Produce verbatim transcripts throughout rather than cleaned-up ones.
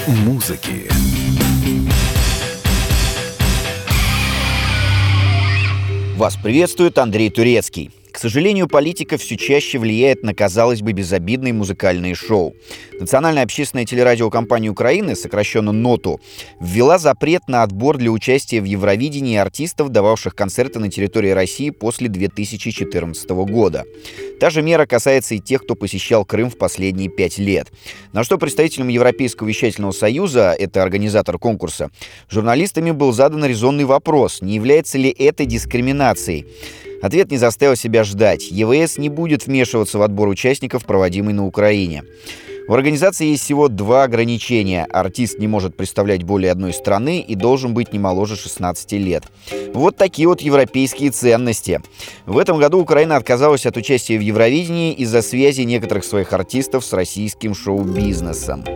музыки. Вас приветствует Андрей Турецкий. К сожалению, политика все чаще влияет на, казалось бы, безобидные музыкальные шоу. Национальная общественная телерадиокомпания Украины, сокращенно НОТУ, ввела запрет на отбор для участия в Евровидении артистов, дававших концерты на территории России после две тысячи четырнадцатого года. Та же мера касается и тех, кто посещал Крым в последние пять лет. На что представителям Европейского вещательного союза, это организатор конкурса, журналистами был задан резонный вопрос: не является ли это дискриминацией? Ответ не заставил себя ждать. ЕВС не будет вмешиваться в отбор участников, проводимый на Украине. У организации есть всего два ограничения. Артист не может представлять более одной страны и должен быть не моложе шестнадцати лет. Вот такие вот европейские ценности. В этом году Украина отказалась от участия в Евровидении из-за связи некоторых своих артистов с российским шоу-бизнесом.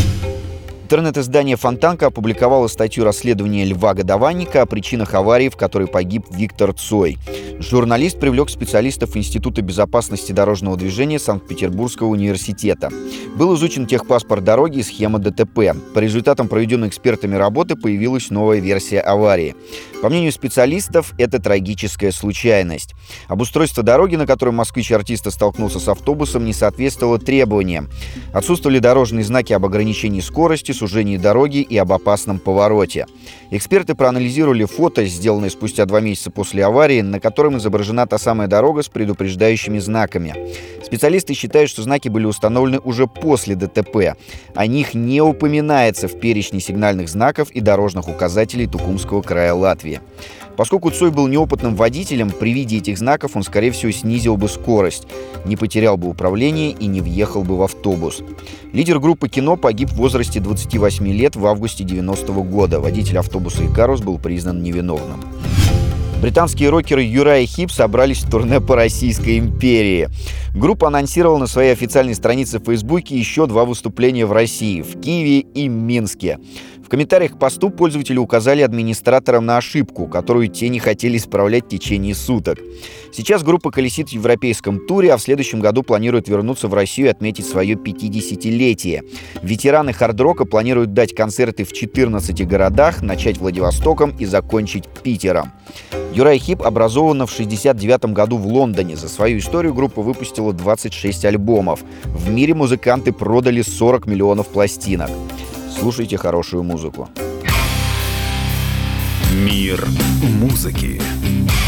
Интернет-издание «Фонтанка» опубликовало статью расследования Льва Годованника о причинах аварии, в которой погиб Виктор Цой. Журналист привлек специалистов Института безопасности дорожного движения Санкт-Петербургского университета. Был изучен техпаспорт дороги и схема ДТП. По результатам проведенной экспертами работы появилась новая версия аварии. По мнению специалистов, это трагическая случайность. Обустройство дороги, на которой москвич-артиста столкнулся с автобусом, не соответствовало требованиям. Отсутствовали дорожные знаки об ограничении скорости, сужении дороги и об опасном повороте. Эксперты проанализировали фото, сделанное спустя два месяца после аварии, на котором изображена та самая дорога с предупреждающими знаками. Специалисты считают, что знаки были установлены уже после ДТП. О них не упоминается в перечне сигнальных знаков и дорожных указателей Тукумского края Латвии. Поскольку Цой был неопытным водителем, при виде этих знаков он, скорее всего, снизил бы скорость, не потерял бы управление и не въехал бы в автобус. Лидер группы «Кино» погиб в возрасте двадцати восьми лет в августе девяностого года. Водитель автобуса «Икарус» был признан невиновным. Британские рокеры Юрай и Хип собрались в турне по Российской империи. Группа анонсировала на своей официальной странице в Фейсбуке еще два выступления в России – в Киеве и Минске. В комментариях к посту пользователи указали администраторам на ошибку, которую те не хотели исправлять в течение суток. Сейчас группа колесит в европейском туре, а в следующем году планирует вернуться в Россию и отметить свое пятидесятилетие. Ветераны хард-рока планируют дать концерты в четырнадцати городах, начать Владивостоком и закончить Питером. Юрай Хип образована в шестьдесят девятом году в Лондоне. За свою историю группа выпустила двадцать шесть альбомов. В мире музыканты продали сорок миллионов пластинок. Слушайте хорошую музыку. Мир музыки.